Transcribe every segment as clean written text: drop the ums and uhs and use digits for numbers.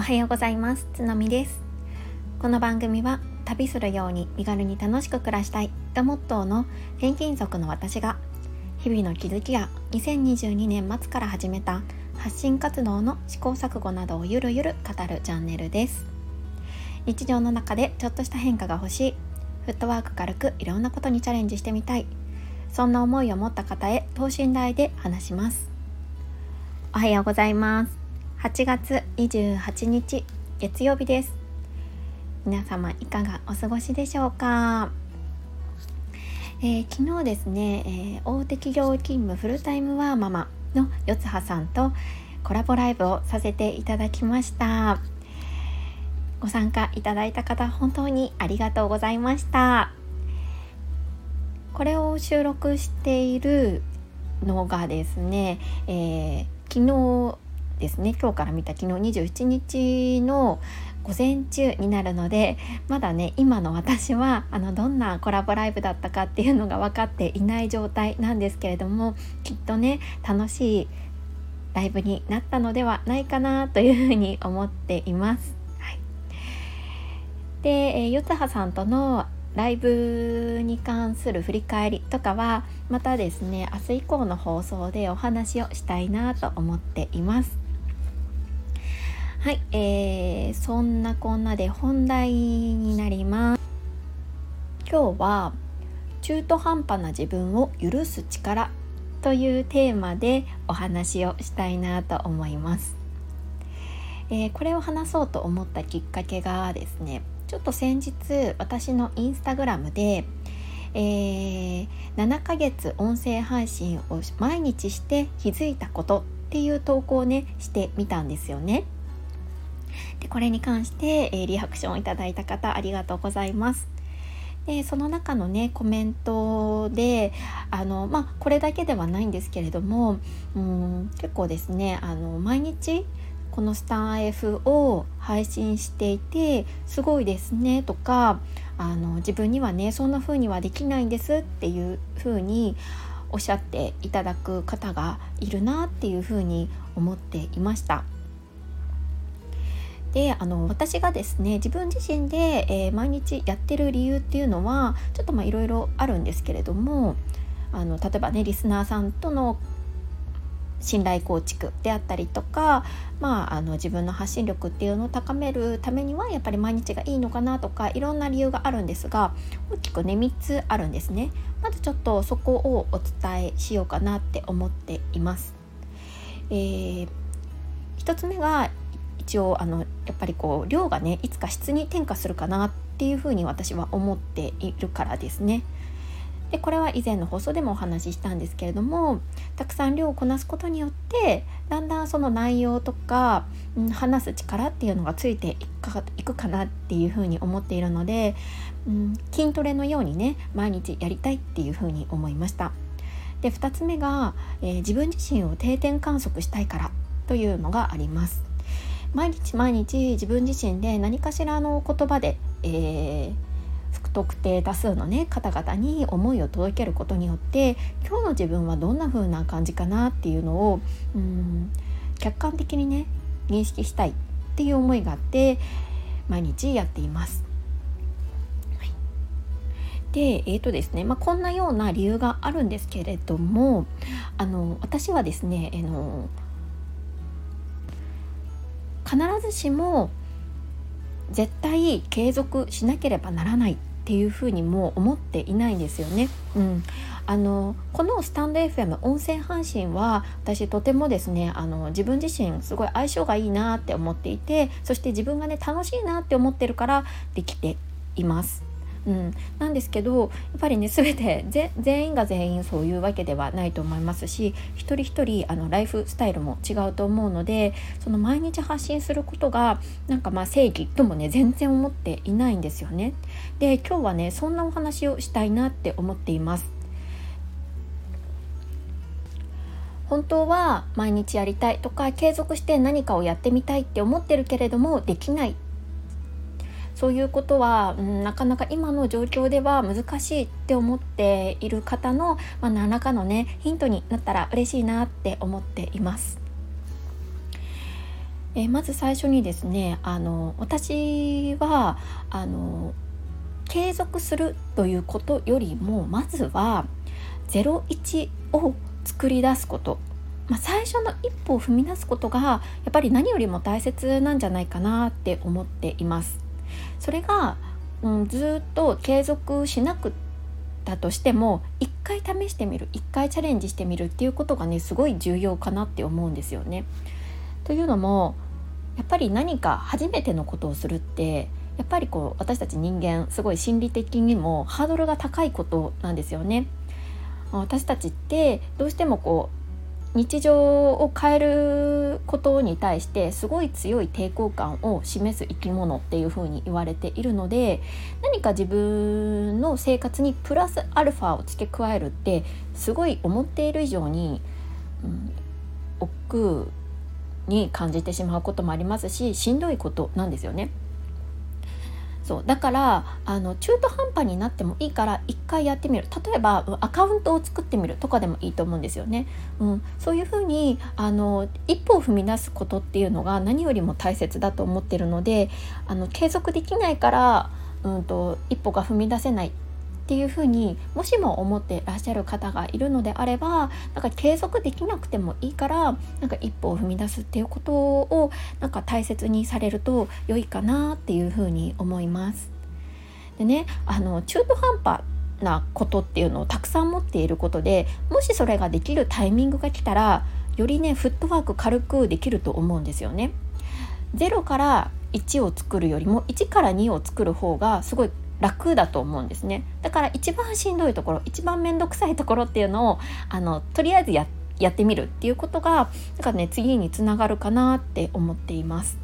おはようございます。つのみです。この番組は旅するように身軽に楽しく暮らしたいとモットーの転勤族の私が日々の気づきや2022年末から始めた発信活動の試行錯誤などをゆるゆる語るチャンネルです。日常の中でちょっとした変化が欲しい、フットワーク軽くいろんなことにチャレンジしてみたい、そんな思いを持った方へ等身大で話します。おはようございます。8月28日月曜日です。皆様いかがお過ごしでしょうか。昨日ですね、大手企業勤務フルタイムワーママのよつはさんとコラボライブをさせていただきました。ご参加いただいた方本当にありがとうございました。これを収録しているのがですね、昨日ですね、今日から見た昨日27日の午前中になるので、まだね今の私はどんなコラボライブだったかっていうのが分かっていない状態なんですけれども、きっとね楽しいライブになったのではないかなというふうに思っています。はい、で、よつはさんとのライブに関する振り返りとかはまたですね明日以降の放送でお話をしたいなと思っています。はい、そんなこんなで本題になります。今日は中途半端な自分を許す力というテーマでお話をしたいなと思います。これを話そうと思ったきっかけがですね、ちょっと先日私のインスタグラムで、7ヶ月音声配信を毎日して気づいたことっていう投稿をねしてみたんですよね。でこれに関して、リアクションをいただいた方ありがとうございます。でその中のねコメントでこれだけではないんですけれども、結構ですね毎日このスタン F を配信していてすごいですねとか、自分にはねそんな風にはできないんですっていう風におっしゃっていただく方がいるなっていう風に思っていました。で私がですね自分自身で、毎日やってる理由っていうのはちょっといろいろあるんですけれども、例えばねリスナーさんとの信頼構築であったりとか、自分の発信力っていうのを高めるためにはやっぱり毎日がいいのかなとかいろんな理由があるんですが、大きくね3つあるんですね。まずちょっとそこをお伝えしようかなって思っています。1つ目が一応やっぱり量がねいつか質に転化するかなっていうふうに私は思っているからですね。でこれは以前の放送でもお話ししたんですけれども、たくさん量をこなすことによってだんだんその内容とか、話す力っていうのがついていくかなっていうふうに思っているので、筋トレのようにね毎日やりたいっていうふうに思いました。で2つ目が、自分自身を定点観測したいからというのがあります。毎日自分自身で何かしらの言葉で、不特定多数のね方々に思いを届けることによって今日の自分はどんな風な感じかなっていうのを客観的にね認識したいっていう思いがあって毎日やっています。はい、でですね、こんなような理由があるんですけれども、私はですね必ずしも絶対継続しなければならないっていうふうにも思っていないんですよね。このスタンド FM 音声配信は私とてもですね自分自身すごい相性がいいなって思っていて、そして自分がね楽しいなって思ってるからできています。なんですけどやっぱりね全て全員が全員そういうわけではないと思いますし、一人一人ライフスタイルも違うと思うので、その毎日発信することが正義ともね全然思っていないんですよね。で今日はねそんなお話をしたいなって思っています。本当は毎日やりたいとか継続して何かをやってみたいって思ってるけれどもできない、そういうことは、なかなか今の状況では難しいって思っている方の、何らかのねヒントになったら嬉しいなって思っています。 まず最初にですね、私は継続するということよりも、まずは01を作り出すこと、最初の一歩を踏み出すことがやっぱり何よりも大切なんじゃないかなって思っています。それが、ずっと継続しなくったとしても、一回試してみる、一回チャレンジしてみるっていうことがね、すごい重要かなって思うんですよね。というのも、やっぱり何か初めてのことをするって、やっぱり私たち人間すごい心理的にもハードルが高いことなんですよね。私たちってどうしても日常を変えることに対してすごい強い抵抗感を示す生き物っていう風に言われているので、何か自分の生活にプラスアルファを付け加えるってすごい思っている以上に、億劫に感じてしまうこともありますし、しんどいことなんですよね。そうだから中途半端になってもいいから一回やってみる。例えばアカウントを作ってみるとかでもいいと思うんですよね。そういうふうに一歩を踏み出すことっていうのが何よりも大切だと思ってるので、継続できないから、一歩が踏み出せないっていうふうにもしも思ってらっしゃる方がいるのであれば、継続できなくてもいいから一歩を踏み出すっていうことを大切にされると良いかなっていうふうに思います。でね、中途半端なことっていうのをたくさん持っていることで、もしそれができるタイミングが来たらよりねフットワーク軽くできると思うんですよね。0から1を作るよりも1から2を作る方がすごい楽だと思うんですね。だから一番しんどいところ、一番めんどくさいところっていうのをとりあえずやってみるっていうことが次につながるかなって思っています。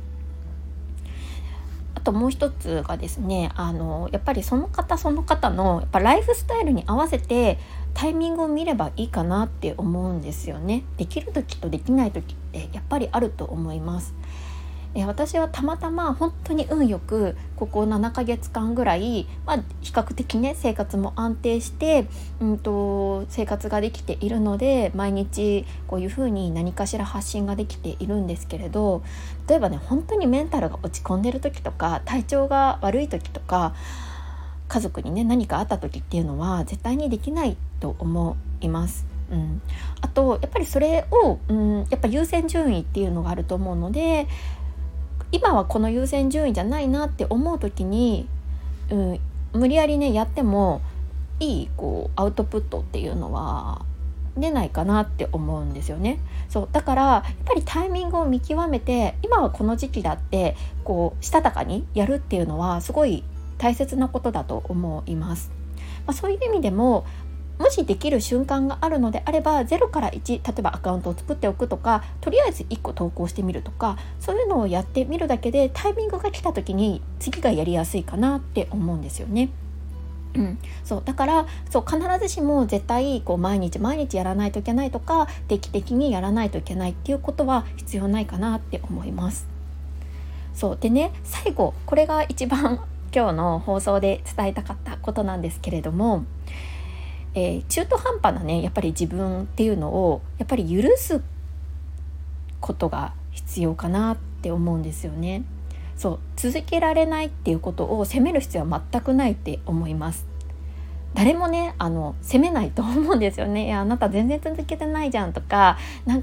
あともう一つがですね、やっぱりその方その方のやっぱライフスタイルに合わせてタイミングを見ればいいかなって思うんですよね。できる時とできない時ってやっぱりあると思います。私はたまたま本当に運よくここ7ヶ月間ぐらい、比較的ね生活も安定して、生活ができているので、毎日こういう風に何かしら発信ができているんですけれど、例えばね本当にメンタルが落ち込んでる時とか、体調が悪い時とか、家族にね何かあった時っていうのは絶対にできないと思います。あとやっぱりそれを、やっぱ優先順位っていうのがあると思うので、今はこの優先順位じゃないなって思う時に、無理やりねやってもいいアウトプットっていうのは出ないかなって思うんですよね。そうだからやっぱりタイミングを見極めて、今はこの時期だってしたたかにやるっていうのはすごい大切なことだと思います。そういう意味でも、もしできる瞬間があるのであれば、0から1、例えばアカウントを作っておくとか、とりあえず1個投稿してみるとか、そういうのをやってみるだけでタイミングが来た時に次がやりやすいかなって思うんですよね。そうだから必ずしも絶対毎日やらないといけないとか、定期的にやらないといけないっていうことは必要ないかなって思います。そうでね、最後これが一番今日の放送で伝えたかったことなんですけれども、中途半端なねやっぱり自分っていうのをやっぱり許すことが必要かなって思うんですよね。そう続けられないっていうことを責める必要は全くないって思います。誰もね責めないと思うんですよね。いやあなた全然続けてないじゃんとか、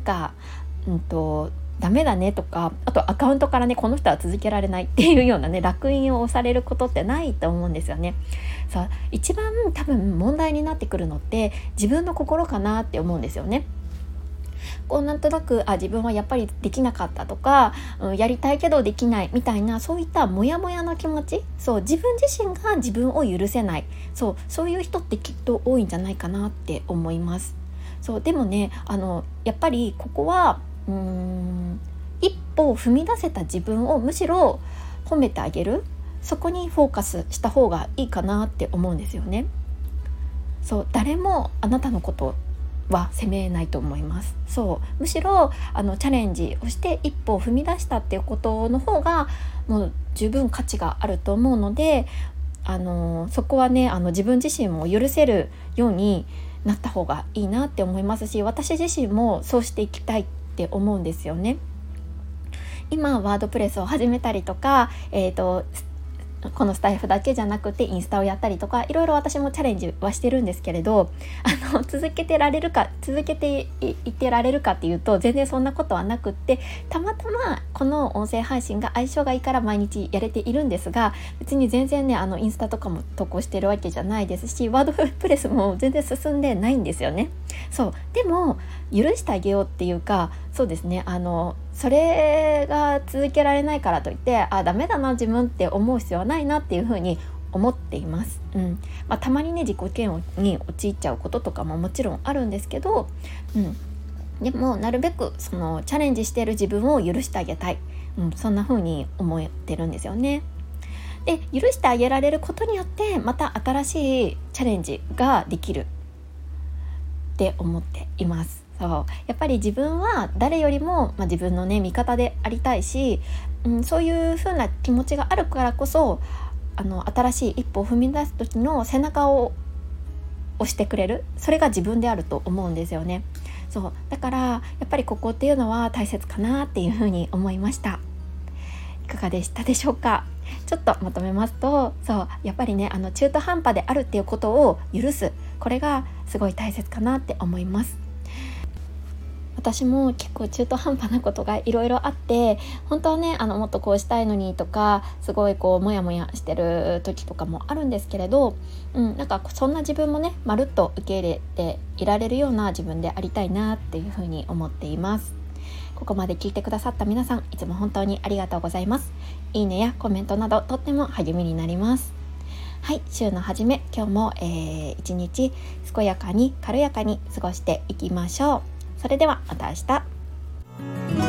ダメだねとか、あとアカウントからねこの人は続けられないっていうようなね烙印を押されることってないと思うんですよね。一番多分問題になってくるのって自分の心かなって思うんですよね。なんとなく自分はやっぱりできなかったとか、やりたいけどできないみたいな、そういったモヤモヤの気持ち、自分自身が自分を許せない、そういう人ってきっと多いんじゃないかなって思います。でもねやっぱりここは一歩踏み出せた自分をむしろ褒めてあげる、そこにフォーカスした方がいいかなって思うんですよね。誰もあなたのことは責めないと思います。むしろチャレンジをして一歩を踏み出したっていうことの方がもう十分価値があると思うので、そこはね自分自身も許せるようになった方がいいなって思いますし、私自身もそうしていきたいって思うんですよね。 今ワードプレスを始めたりとか、このスタイフだけじゃなくてインスタをやったりとか、いろいろ私もチャレンジはしてるんですけれど、続けていってられるかっていうと全然そんなことはなくって、たまたまこの音声配信が相性がいいから毎日やれているんですが、別に全然ねインスタとかも投稿してるわけじゃないですし、ワードプレスも全然進んでないんですよね。そうでも許してあげようっていうか、そうですね、それが続けられないからといってダメだな自分って思う必要はないなっていうふうに思っています。たまにね自己嫌悪に陥っちゃうこととかももちろんあるんですけど、でもなるべくそのチャレンジしている自分を許してあげたい、そんな風に思ってるんですよね。で許してあげられることによってまた新しいチャレンジができるって思っています。そうやっぱり自分は誰よりも、自分のね味方でありたいし、そういう風な気持ちがあるからこそ新しい一歩を踏み出す時の背中を押してくれる、それが自分であると思うんですよね。そうだからやっぱりここっていうのは大切かなっていう風に思いました。いかがでしたでしょうか。ちょっとまとめますと、やっぱりね中途半端であるっていうことを許す、これがすごい大切かなって思います。私も結構中途半端なことがいろいろあって、本当はねもっとこうしたいのにとか、すごいこうモヤモヤしてる時とかもあるんですけれど、なんかそんな自分もねまるっと受け入れていられるような自分でありたいなっていうふうに思っています。ここまで聞いてくださった皆さん、いつも本当にありがとうございます。いいねやコメントなどとっても励みになります。はい、週の初め、今日も、一日健やかに軽やかに過ごしていきましょう。それではまた明日。